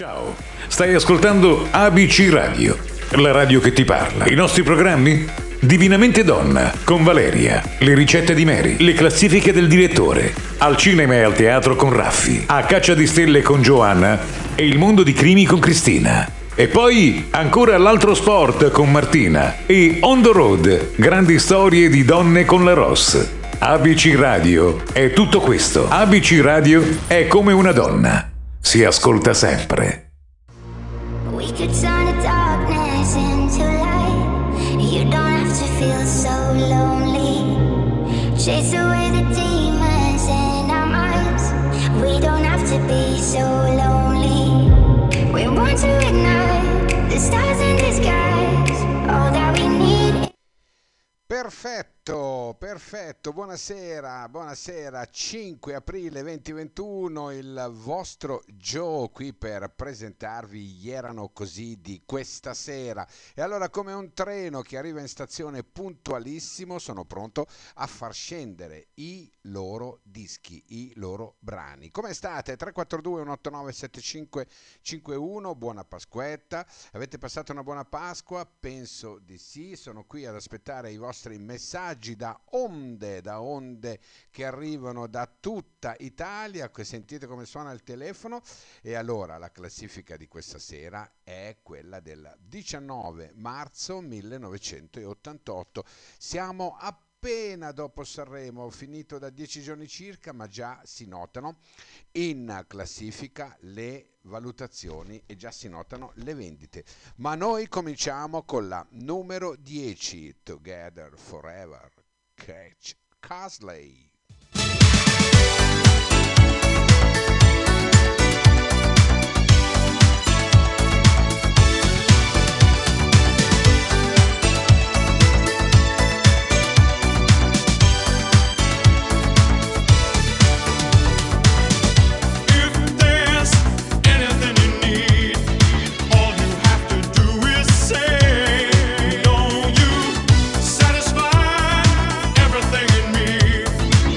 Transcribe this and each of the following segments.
Ciao, stai ascoltando ABC Radio, la radio che ti parla. I nostri programmi? Divinamente Donna, con Valeria, le ricette di Mary, le classifiche del direttore, al cinema e al teatro con Raffi, a caccia di stelle con Giovanna e il mondo di crimi con Cristina. E poi ancora l'altro sport con Martina e On the Road, grandi storie di donne con la Ross. ABC Radio è tutto questo. ABC Radio è come una donna. Si ascolta sempre. We could turn the darkness into light. You don't have to feel so lonely. Chase away the demons in our minds. We don't have to be so lonely. We want to ignite the stars in the skies. All that we need. Perfetto, buonasera, 5 aprile 2021, il vostro Joe qui per presentarvi Gli erano così di questa sera. E allora, come un treno che arriva in stazione puntualissimo, sono pronto a far scendere i loro dischi, i loro brani. Come state? 342 189 7551, buona Pasquetta, avete passato una buona Pasqua? Penso di sì, sono qui ad aspettare i vostri messaggi da onde che arrivano da tutta Italia. Sentite come suona il telefono. E allora la classifica di questa sera è quella del 19 marzo 1988. Siamo appena dopo Sanremo, finito da 10 giorni circa, ma già si notano in classifica le valutazioni e già si notano le vendite. Ma noi cominciamo con la numero 10, Together Forever, Catch Casley. Satisfy everything in me.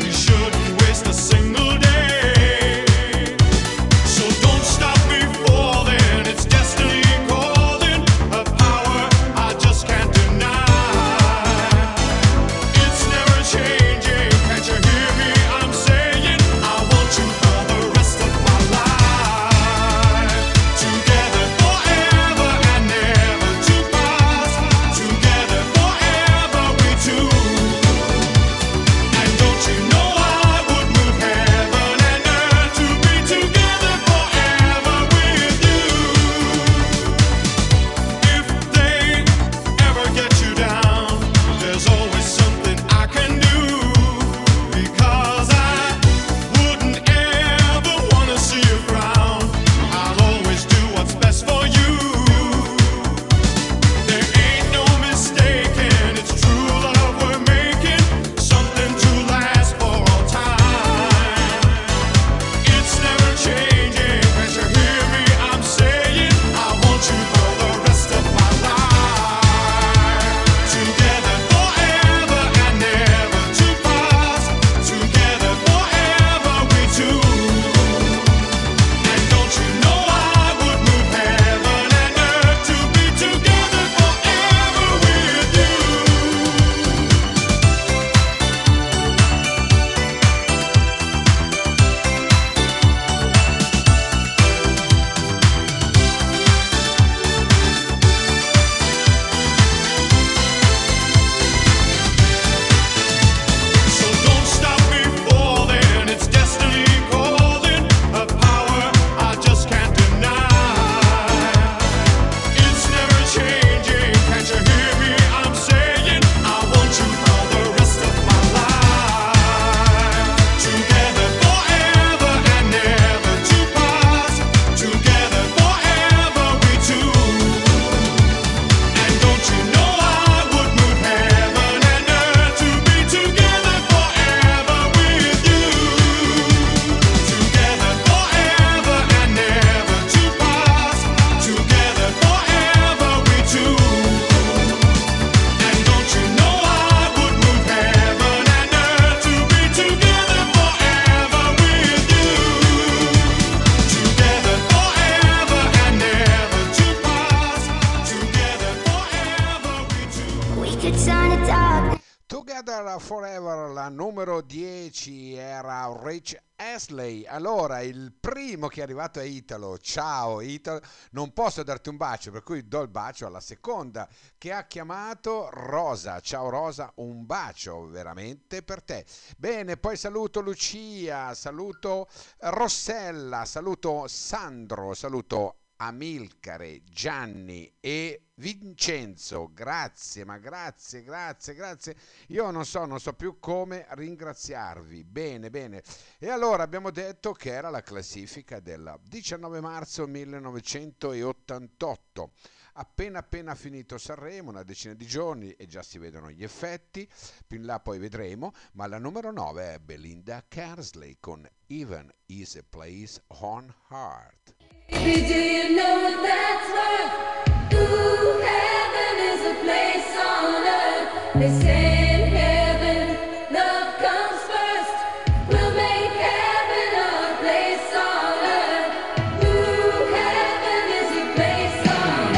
Together Forever, la numero 10 era Rich Astley. Allora, il primo che è arrivato è Italo. Ciao Italo, non posso darti un bacio, per cui do il bacio alla seconda che ha chiamato Rosa. Ciao Rosa, un bacio veramente per te. Bene, poi saluto Lucia, saluto Rossella, saluto Sandro, saluto Amilcare, Gianni e Vincenzo. Grazie, ma grazie. Io non so più come ringraziarvi. Bene. E allora abbiamo detto che era la classifica del 19 marzo 1988. Appena finito Sanremo, una decina di giorni e già si vedono gli effetti, più in là poi vedremo, ma la numero 9 è Belinda Carsley con Even Is a Place on Heart. Baby, do you know what that's worth? Ooh, heaven is a place on earth. They say in heaven, love comes first. We'll make heaven a place on earth. Ooh, heaven is a place on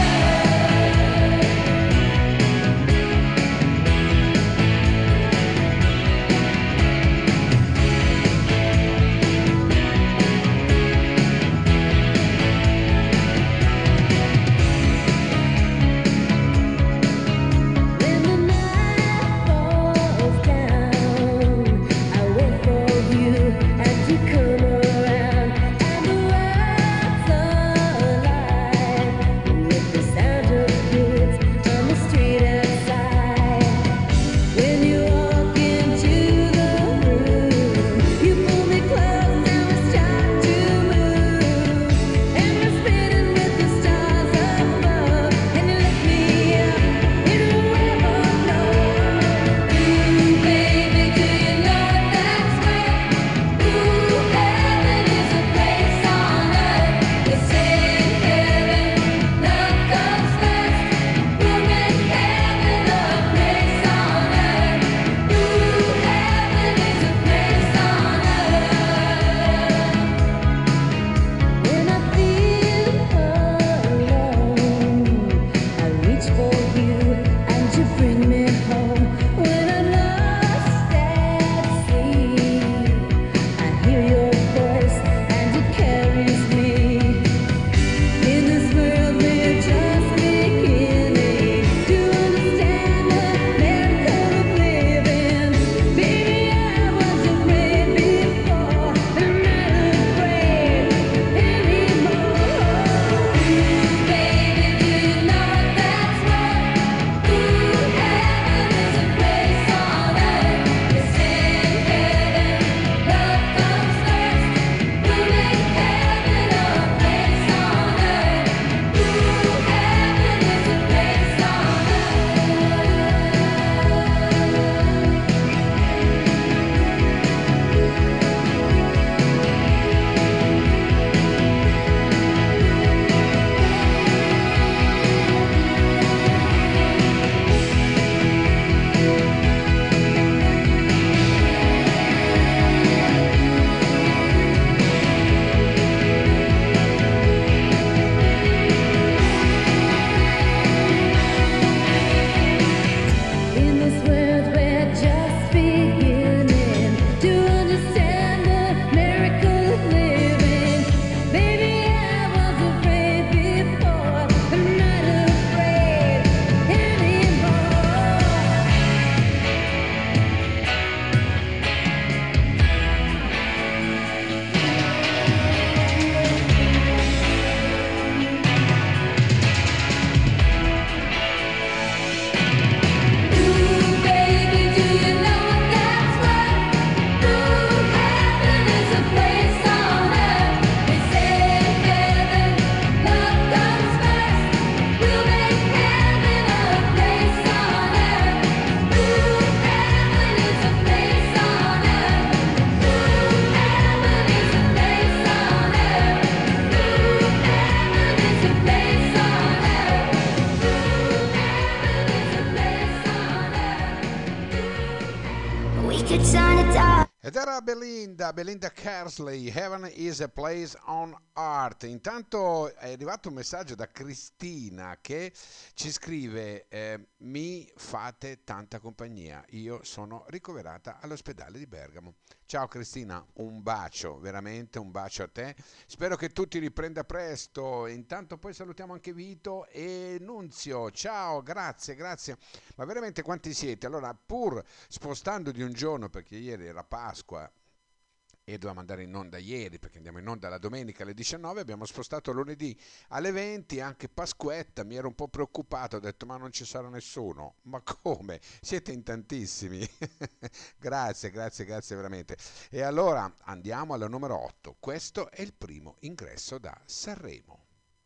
Ed era Belinda Carsley, Heaven is a place on earth. Intanto è arrivato un messaggio da Cristina che ci scrive: mi fate tanta compagnia, io sono ricoverata all'ospedale di Bergamo. Ciao Cristina, un bacio, veramente un bacio a te, spero che tu ti riprenda presto. Intanto poi salutiamo anche Vito e Nunzio, ciao, grazie, ma veramente quanti siete? Allora, pur spostando di un giorno, perché ieri era Pasqua e dovevamo andare in onda ieri perché andiamo in onda la domenica alle 19, abbiamo spostato lunedì alle 20, anche Pasquetta, mi ero un po' preoccupato, ho detto ma non ci sarà nessuno, ma come? Siete in tantissimi. grazie veramente. E allora andiamo alla numero 8, questo è il primo ingresso da Sanremo.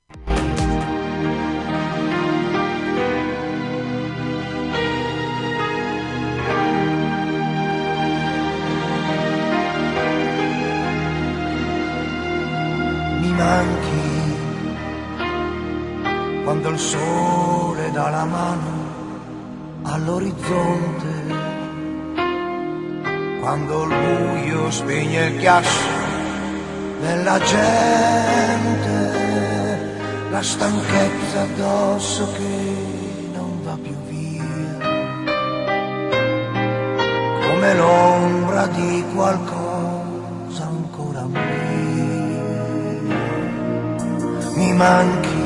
Mi manchi quando il sole dà la mano all'orizzonte, quando il buio spegne il ghiaccio nella gente, la stanchezza addosso che non va più via, come l'ombra di qualcosa ancora mia. Mi manchi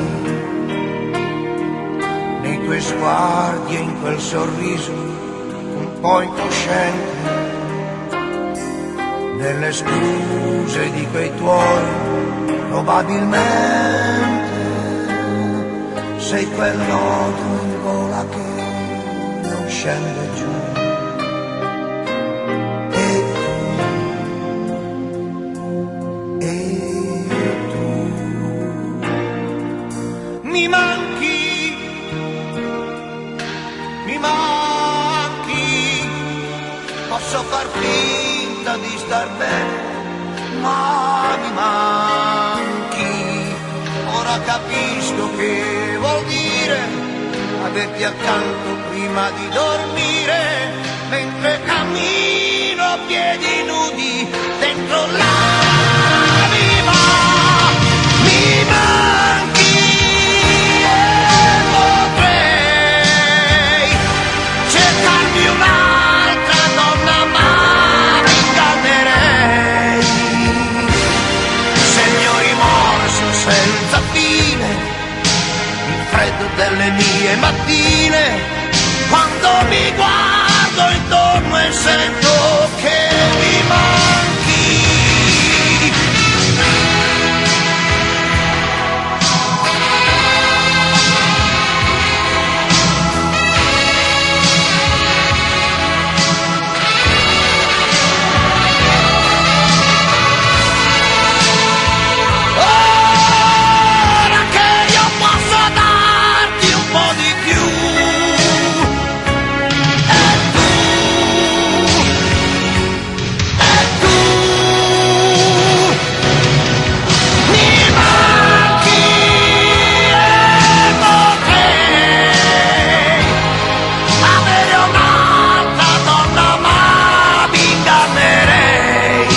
nei tuoi sguardi e in quel sorriso un po' incosciente, nelle scuse di quei tuoi probabilmente sei quel nodo in gola che non scende giù. Posso far finta di star bene, ma mi manchi. Ora capisco che vuol dire averti accanto prima di dormire, mentre cammino a piedi nudi dentro l'anima. Mi manchi e potrei cercarmi un'altra donna, ma mi ingannerei. Segno rimorso senza fine, il freddo delle mie mattine, quando mi guardo intorno e sento che mi manchi. Ora che io posso darti un po' di più, e tu mi manchi e potrei avere un'altra donna, ma mi ingannerei.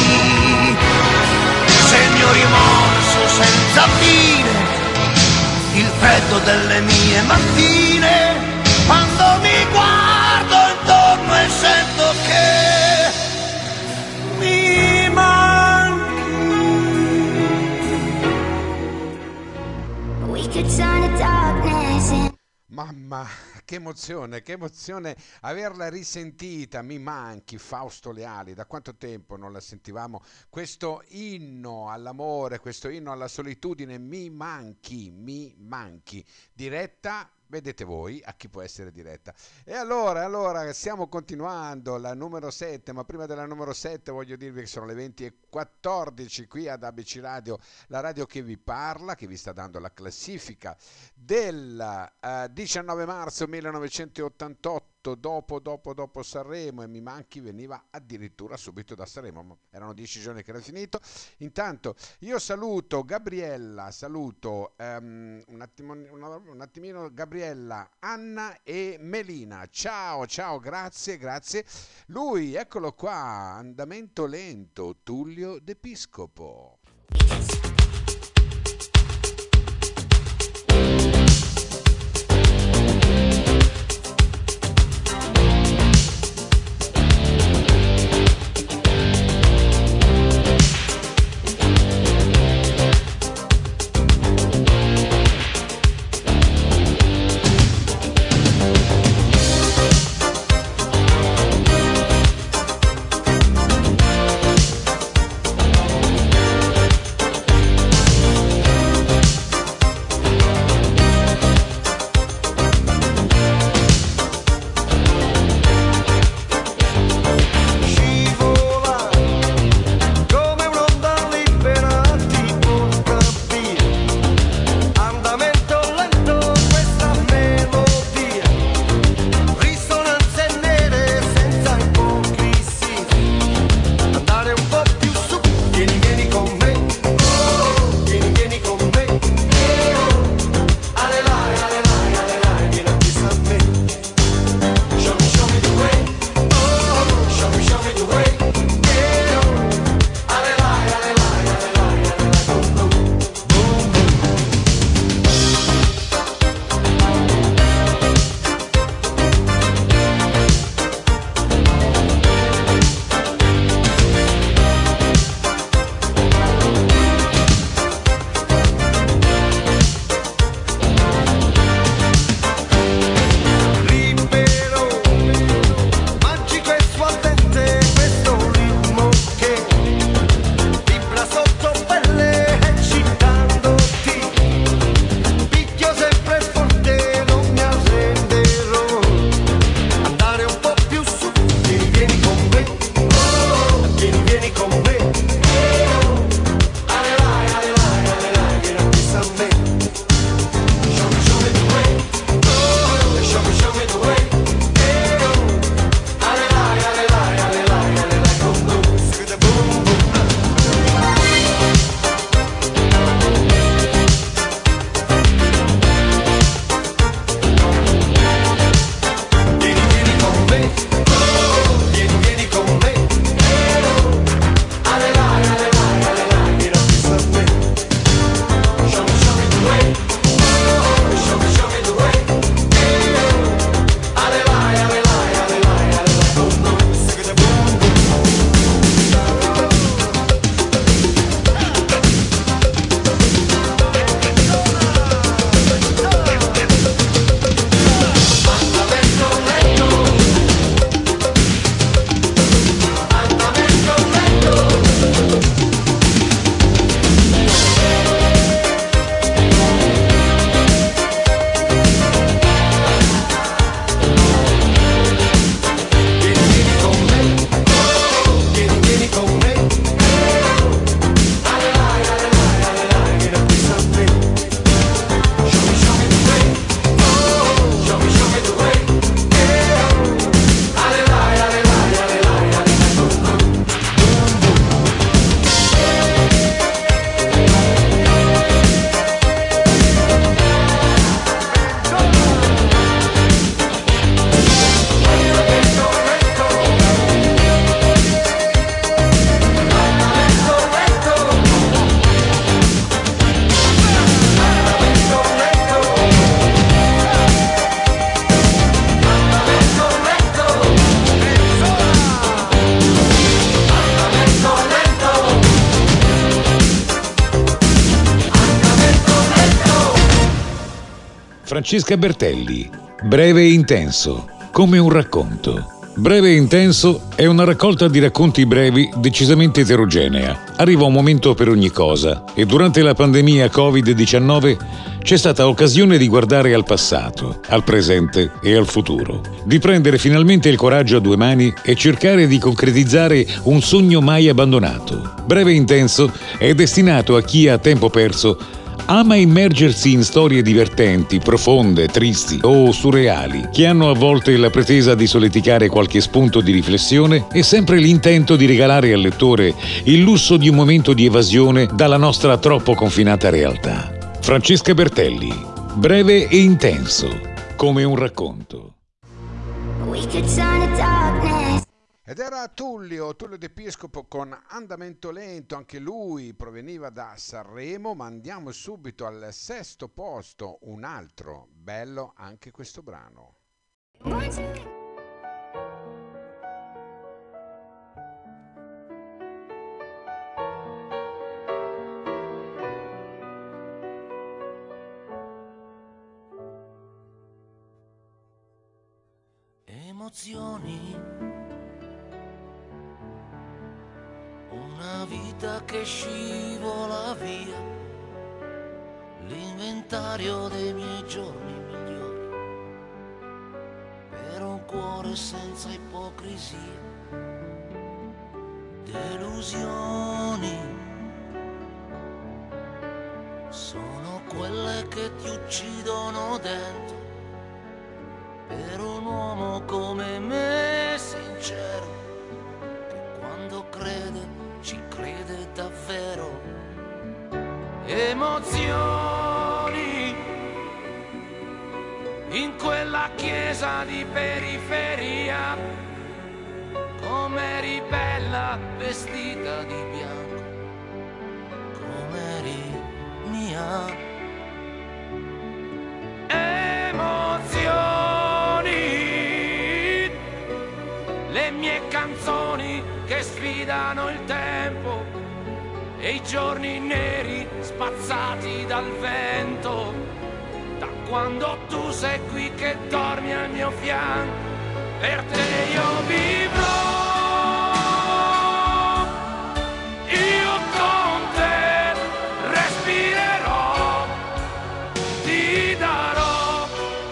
Segno rimorso senza fine, il freddo delle mie mattine, quando mi guardo intorno e sento che mi manchi. We could turn the darkness in. Mamma, che emozione averla risentita, mi manchi, Fausto Leali, da quanto tempo non la sentivamo, questo inno all'amore, questo inno alla solitudine, mi manchi, diretta, vedete voi a chi può essere diretta. E allora stiamo continuando la numero 7, ma prima della numero 7 voglio dirvi che sono le 20:14 qui ad ABC Radio, la radio che vi parla, che vi sta dando la classifica del 19 marzo 1988 2008, dopo Sanremo, e Mi manchi veniva addirittura subito da Sanremo, ma erano 10 giorni che era finito. Intanto io saluto Gabriella, un attimino Gabriella, Anna e Melina. Ciao, grazie. Lui, eccolo qua, Andamento lento, Tullio D'Episcopo. Francesca Bertelli, Breve e intenso, come un racconto. Breve e intenso è una raccolta di racconti brevi decisamente eterogenea. Arriva un momento per ogni cosa e durante la pandemia Covid-19 c'è stata occasione di guardare al passato, al presente e al futuro, di prendere finalmente il coraggio a due mani e cercare di concretizzare un sogno mai abbandonato. Breve e intenso è destinato a chi ha tempo perso Ama immergersi in storie divertenti, profonde, tristi o surreali, che hanno a volte la pretesa di solleticare qualche spunto di riflessione e sempre l'intento di regalare al lettore il lusso di un momento di evasione dalla nostra troppo confinata realtà. Francesca Bertelli, breve e intenso, come un racconto. We could turn to darkness. Ed era Tullio D'Episcopo con Andamento Lento, anche lui proveniva da Sanremo, ma andiamo subito al sesto posto, un altro, bello anche questo brano. Emozioni, una vita che scivola via, l'inventario dei miei giorni migliori, per un cuore senza ipocrisia, delusioni, sono quelle che ti uccidono dentro, per un uomo come me sincero, che quando crede ci crede davvero. Emozioni in quella chiesa di periferia, come bella vestita di bianco, come eri mia. Emozioni, le mie canzoni che sfidano il tempo e i giorni neri spazzati dal vento, da quando tu sei qui che dormi al mio fianco, per te io vivrò, io con te respirerò, ti darò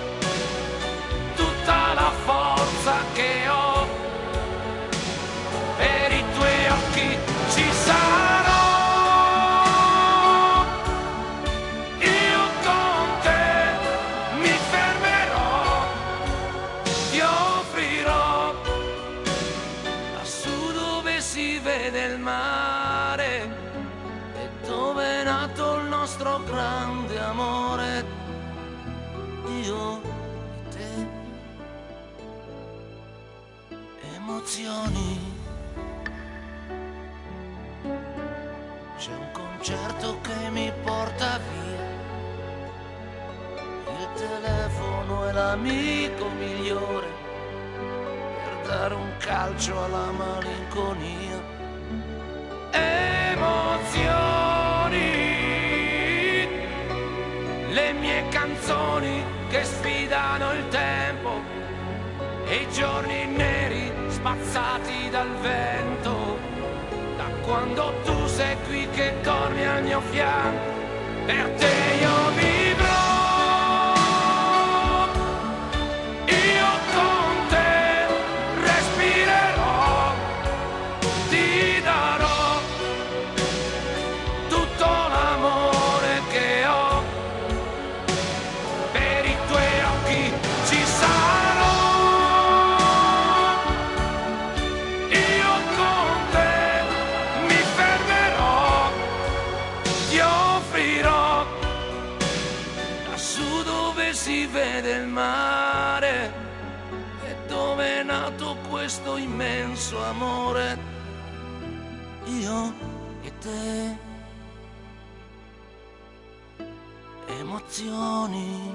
tutta la forza che ho, per i tuoi occhi ci sarò, io con te mi fermerò, ti offrirò, lassù dove si vede il mare e dove è nato il nostro grande amore, io e te. Emozioni, c'è un concerto che mi porta via, il telefono è l'amico migliore per dare un calcio alla malinconia. Emozioni, le mie canzoni che sfidano il tempo e i giorni neri spazzati dal vento, da quando tu sei qui che dormi al mio fianco, per te io vivrò, io con te respirerò, ti darò tutto l'amore che ho, per i tuoi occhi ci sarò, io con te mi fermerò, ti offrirò, lassù dove si vede il mare e dove è nato questo immenso amore, io e te. Emozioni,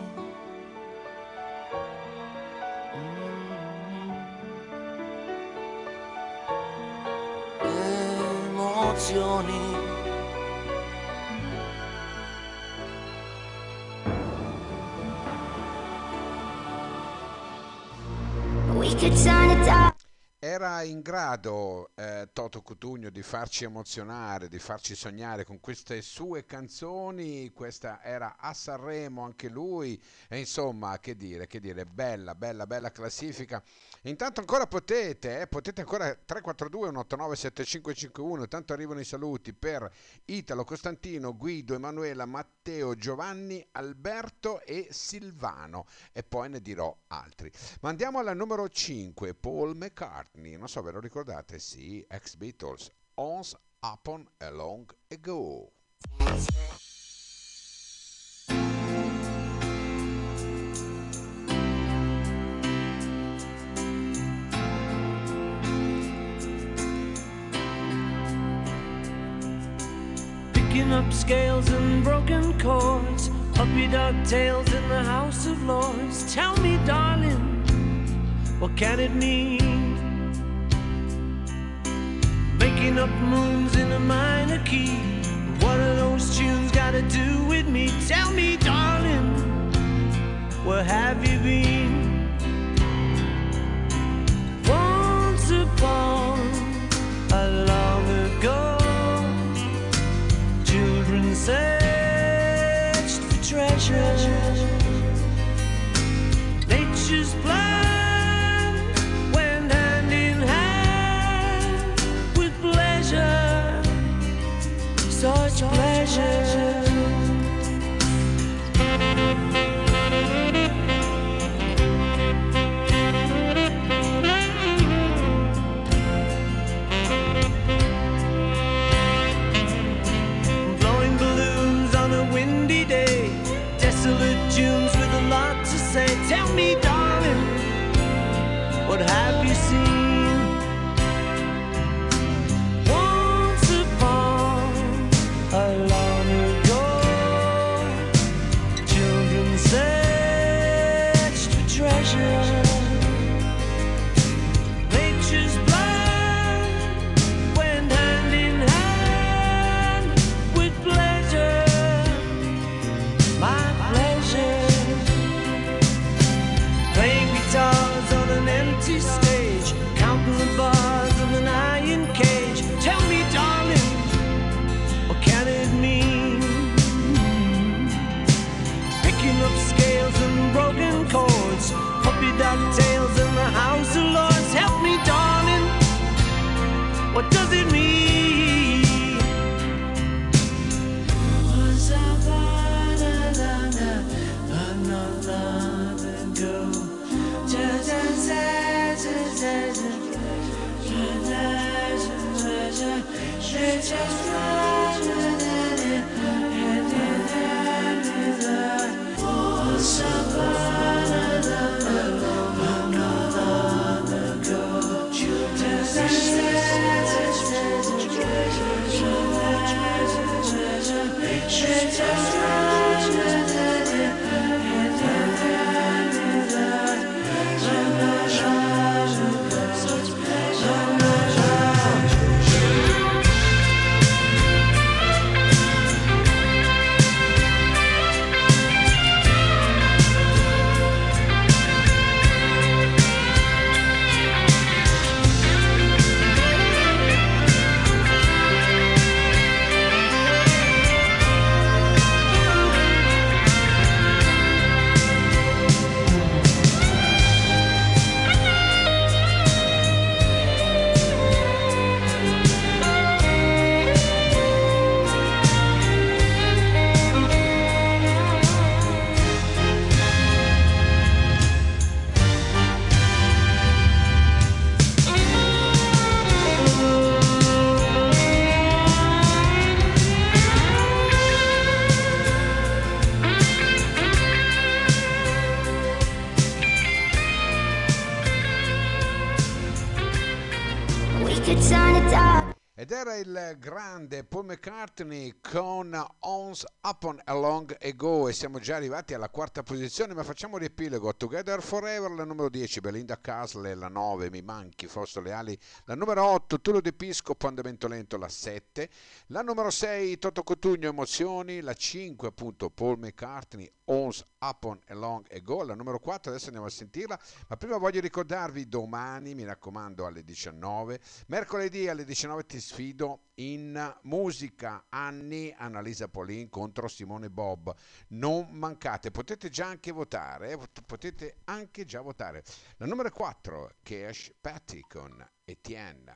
emozioni. We could turn to dark. Era in grado Toto Cutugno di farci emozionare, di farci sognare con queste sue canzoni. Questa era a Sanremo anche lui, e insomma, che dire, bella, bella, bella classifica. Intanto ancora potete ancora 342 189 7551, tanto arrivano i saluti per Italo, Costantino, Guido, Emanuela, Matteo, Giovanni, Alberto e Silvano, e poi ne dirò altri. Ma andiamo alla numero 5, Paul McCartney, non so, ve lo ricordate? Sì, ex Beatles, Once Upon a Long Ago. Picking up scales and broken chords, puppy dog tails in the House of Lords. Tell me, darling, what can it mean? Making up moons in a minor key. What are those tunes got to do with me? Tell me, darling, where have you been? Once upon a long ago, children searched for treasure. Nature's plan went hand in hand with pleasure, such pleasure. Blowing balloons on a windy day, desolate tunes with a lot to say. Tell me, darling, what have you seen? Once upon a long ago, children searched for treasure. Nature's plan went hand in hand with pleasure, my pleasure. Playing guitars on an empty stage, counting the bars of an iron cage. Tell me, darling, what can it mean? Picking up scales and broken chords, puppy dog tails in the House of Lords. Help me, darling, what does it mean? Once upon a long ago, Ed era il grande Paul McCartney con Once Upon a Long Ago, e siamo già arrivati alla quarta posizione, ma facciamo riepilogo. Together Forever, la numero 10, Belinda Castle, la 9, Mi manchi, Fausto Leali, la numero 8, Tullio De Piscopo, Andamento lento, la 7, la numero 6, Toto Cutugno, Emozioni, la 5 appunto Paul McCartney, Ons Upon Along a Go, la numero 4, adesso andiamo a sentirla, ma prima voglio ricordarvi domani, mi raccomando, alle 19, mercoledì alle 19 ti sfido in musica Annalisa Polin contro Simone Bob, non mancate, potete già anche votare, potete anche già votare. La numero 4, Cash Patty con Etienne.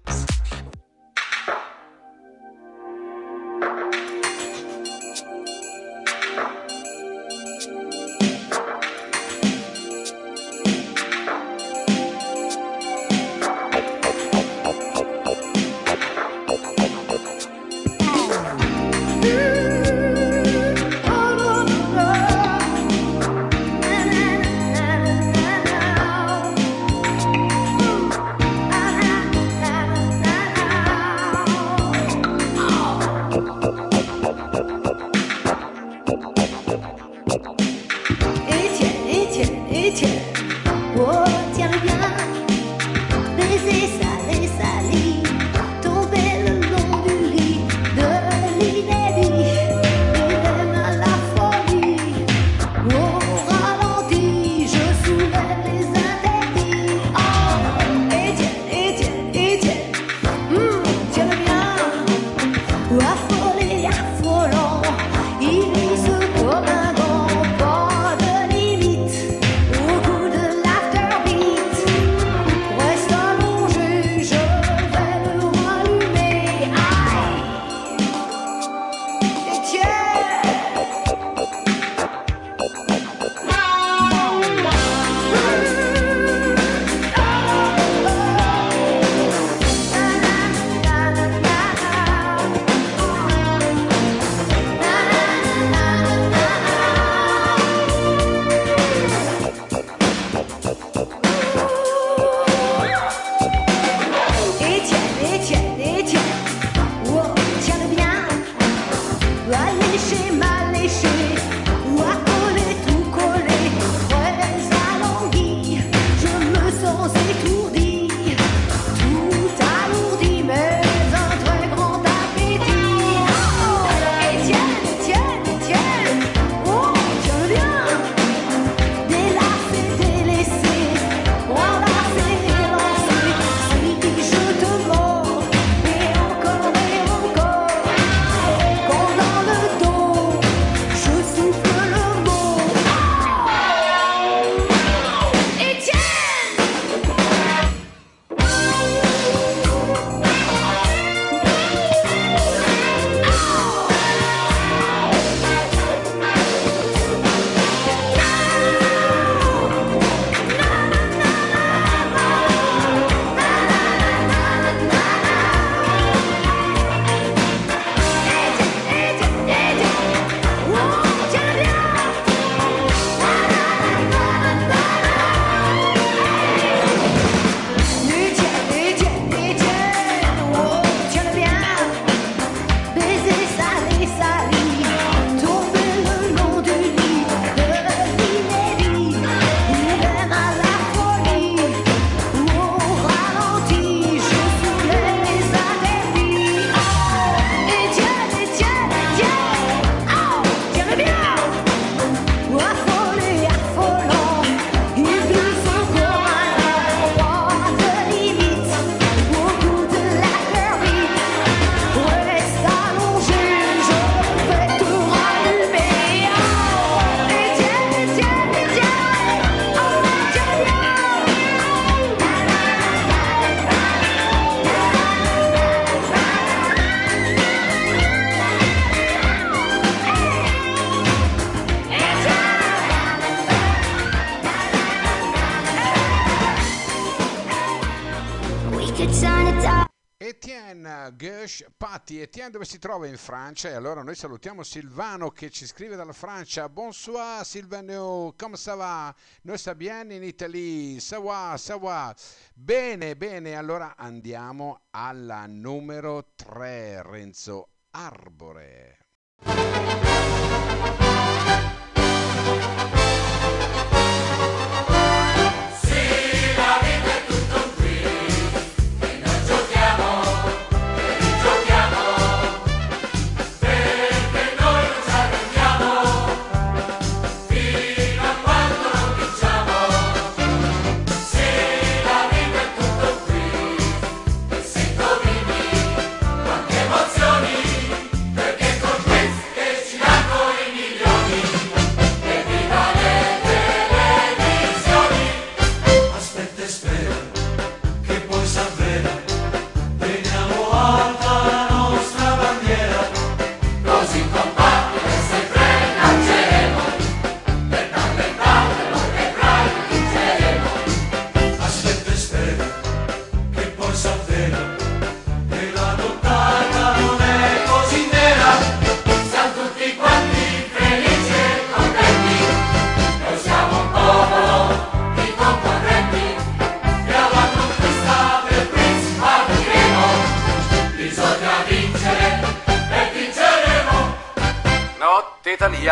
Etienne Gush Patti. Etienne dove si trova? In Francia, e allora noi salutiamo Silvano che ci scrive dalla Francia. Bonsoir Silvano, come ça va? Noi sta bien in Italia, ça va. Bene, bene, allora andiamo alla numero 3, Renzo Arbore.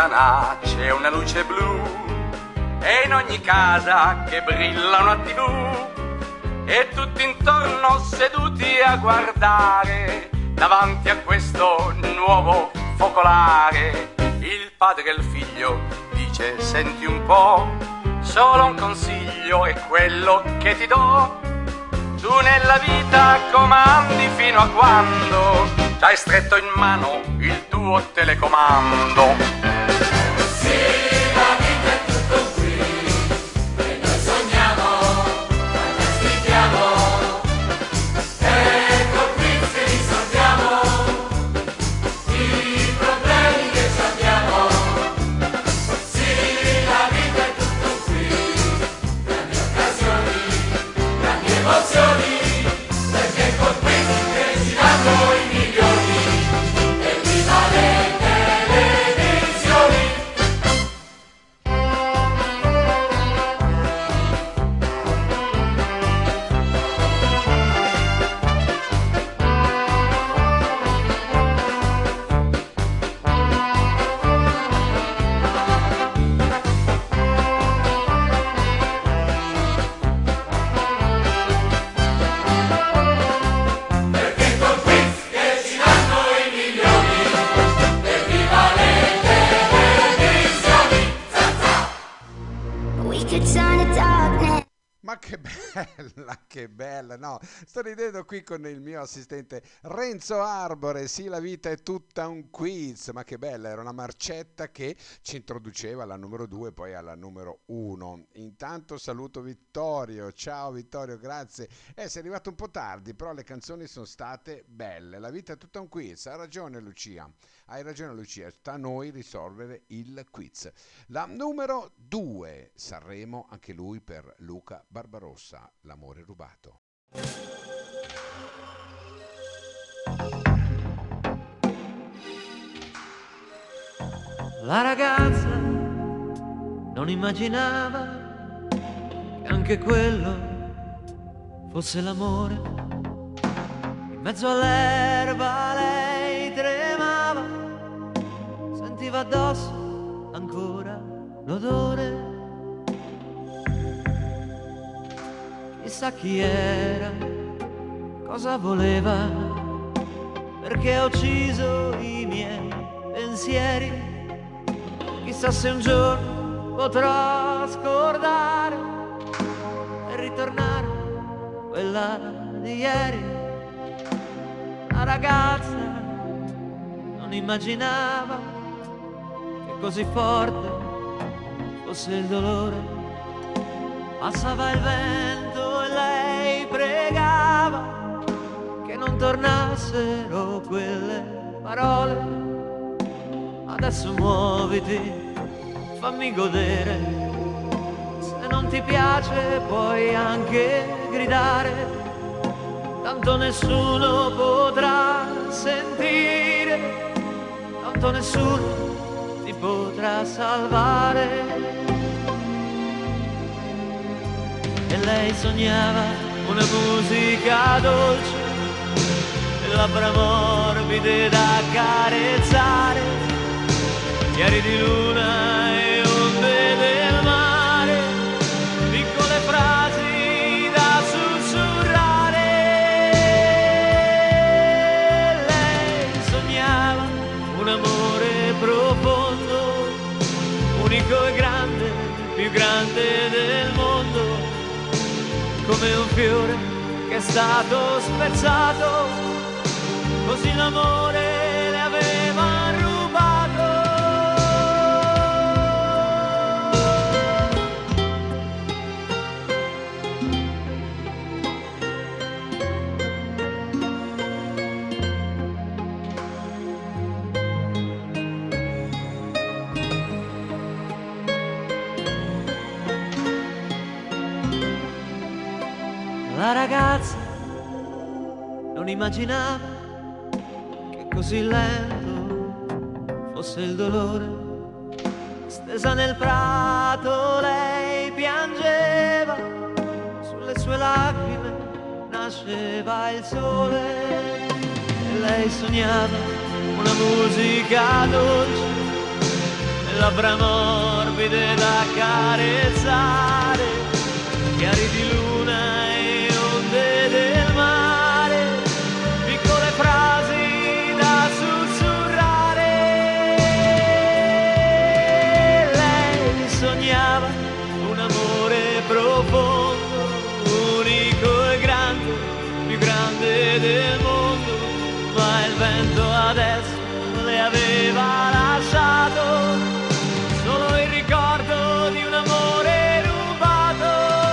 lontana c'è una luce blu e in ogni casa che brilla una TV e tutti intorno seduti a guardare davanti a questo nuovo focolare. Il padre e il figlio dice: senti un po', solo un consiglio è quello che ti do. Tu nella vita comandi fino a quando hai stretto in mano il tuo telecomando. Sì, la vita è tutto qui e noi sogniamo, fantastichiamo e col quiz risolviamo i problemi che ci abbiamo. Sì, la vita è tutto qui, grandi occasioni, grandi emozioni, perché col quiz che ci danno i milioni e viva le televisioni. Perché col quiz che ci danno i milioni e viva le televisioni. We could turn the darkness. Ma che bella, no? Sto ridendo qui con il mio assistente Renzo Arbore. Sì, la vita è tutta un quiz, ma che bella, era una marcetta che ci introduceva alla numero 2 e poi alla numero 1. Intanto saluto Vittorio, ciao Vittorio, grazie. Sei arrivato un po' tardi, però le canzoni sono state belle. La vita è tutta un quiz, hai ragione Lucia, sta a noi risolvere il quiz. La numero 2, Sanremo, anche lui per Luca Barbarossa, L'amore rubato. La ragazza non immaginava che anche quello fosse l'amore. In mezzo all'erba lei tremava, sentiva addosso ancora l'odore. Chissà chi era, cosa voleva, perché ha ucciso i miei pensieri. Chissà se un giorno potrò scordare e ritornare quella di ieri. La ragazza non immaginava che così forte fosse il dolore. Passava il vento e lei pregava che non tornassero quelle parole. Adesso muoviti, fammi godere. Se non ti piace puoi anche gridare, tanto nessuno potrà sentire, tanto nessuno ti potrà salvare. E lei sognava una musica dolce e labbra morbide da carezzare, chiari di luna e onde del mare, piccole frasi da sussurrare. Lei sognava un amore profondo, unico e grande, più grande del mondo, come un fiore che è stato spezzato, così l'amore le aveva rubato. La ragazza non immaginava che così lento fosse il dolore. Stesa nel prato lei piangeva, sulle sue lacrime nasceva il sole. E lei sognava una musica dolce e labbra morbide da carezzare, chiari di luna e onde del mare, piccole frasi da sussurrare. Lei sognava un amore profondo, unico e grande, più grande del mondo, ma il vento adesso le aveva lasciato solo il ricordo di un amore rubato.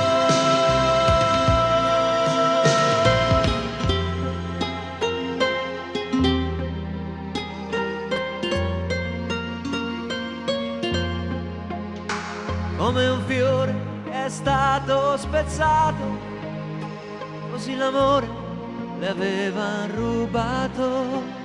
Come un fiore che è stato spezzato, così l'amore le aveva rubato.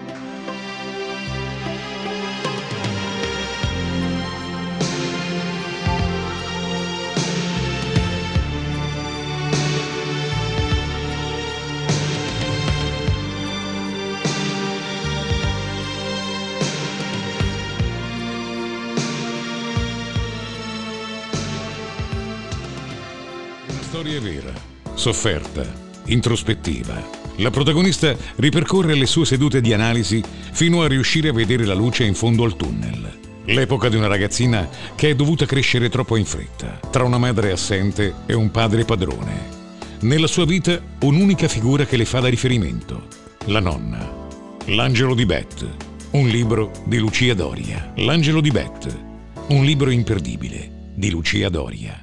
Storia vera, sofferta, introspettiva. La protagonista ripercorre le sue sedute di analisi fino a riuscire a vedere la luce in fondo al tunnel. L'epoca di una ragazzina che è dovuta crescere troppo in fretta, tra una madre assente e un padre padrone. Nella sua vita un'unica figura che le fa da riferimento, la nonna. L'angelo di Beth, un libro di Lucia Doria. L'angelo di Beth, un libro imperdibile di Lucia Doria.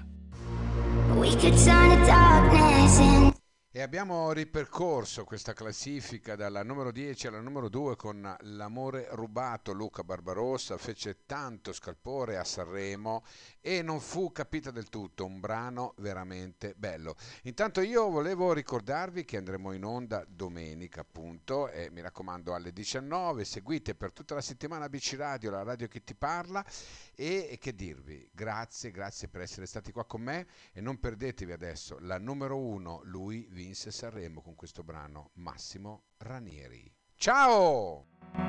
E abbiamo ripercorso questa classifica dalla numero 10 alla numero 2 con L'amore rubato. Luca Barbarossa fece tanto scalpore a Sanremo e non fu capita del tutto, un brano veramente bello. Intanto io volevo ricordarvi che andremo in onda domenica, appunto, e mi raccomando alle 19, seguite per tutta la settimana ABC Radio, la radio che ti parla, e che dirvi, grazie per essere stati qua con me, e non perdetevi adesso la numero 1, lui vinse Sanremo con questo brano, Massimo Ranieri. Ciao!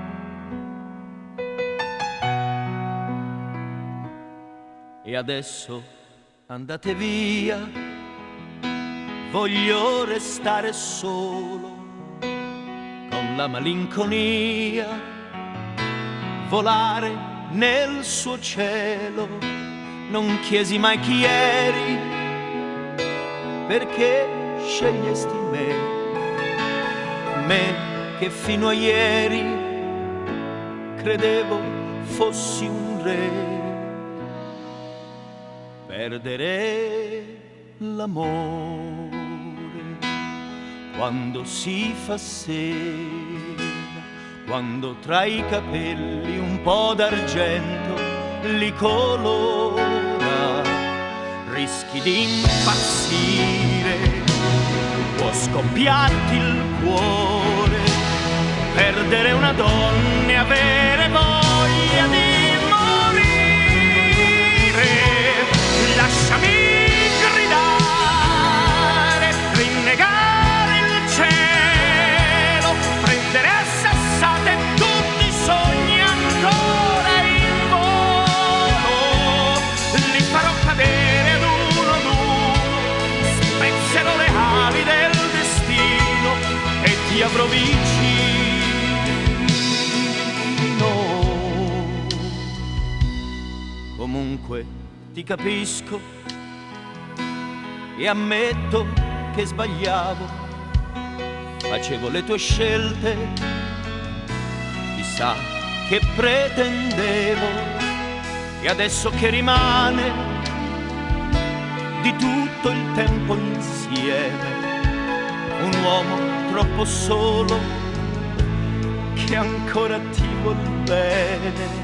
E adesso andate via, voglio restare solo, con la malinconia, volare nel suo cielo. Non chiesi mai chi eri, perché scegliesti me che fino a ieri credevo fossi un re. Perdere l'amore quando si fa sera, quando tra i capelli un po' d'argento li colora, rischi di impazzire, può scoppiarti il cuore, perdere una donna e avere voglia di lasciami gridare, rinnegare il cielo, prendere a sassate tutti i sogni ancora in volo, li farò cadere ad uno, spezzerò le ali del destino e ti avrò vicino. Comunque ti capisco e ammetto che sbagliavo, facevo le tue scelte, chissà che pretendevo, e adesso che rimane di tutto il tempo insieme, un uomo troppo solo che ancora ti vuol bene.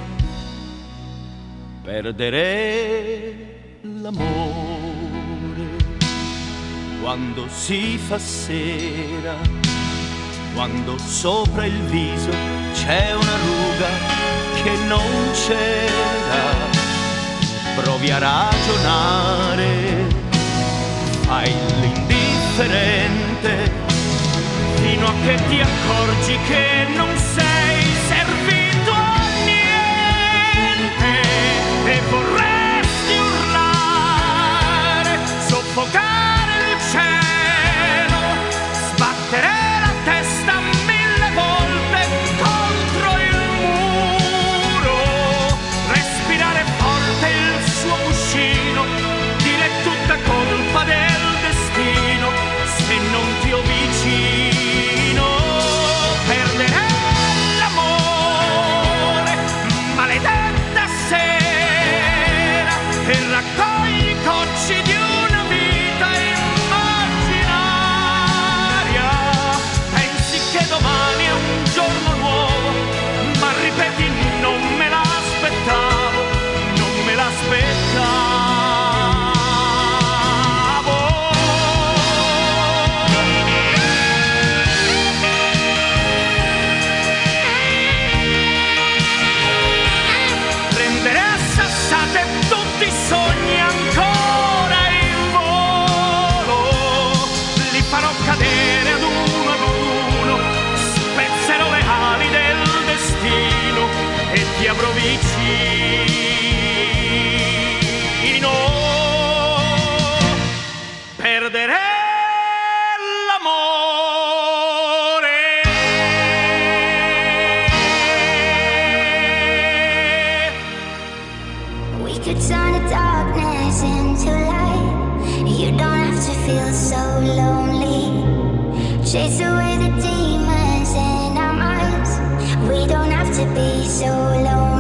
Perdere l'amore quando si fa sera, quando sopra il viso c'è una ruga che non c'era. Provi a ragionare, fai l'indifferente, fino a che ti accorgi che non sei servito a niente. raccogli cocci di una vita immaginaria. Pensi che domani è un giorno nuovo, ma ripeti non me l'aspettavo, non me l'aspettavo. Prendere a sassate tutti i sogni ancora in volo, li farò cadere ad uno, spezzerò le ali del destino e ti avrò vicino. Perdere l'amore. We could turn the darkness into light. You don't have to feel so lonely. Chase away the demons in our minds. We don't have to be so lonely.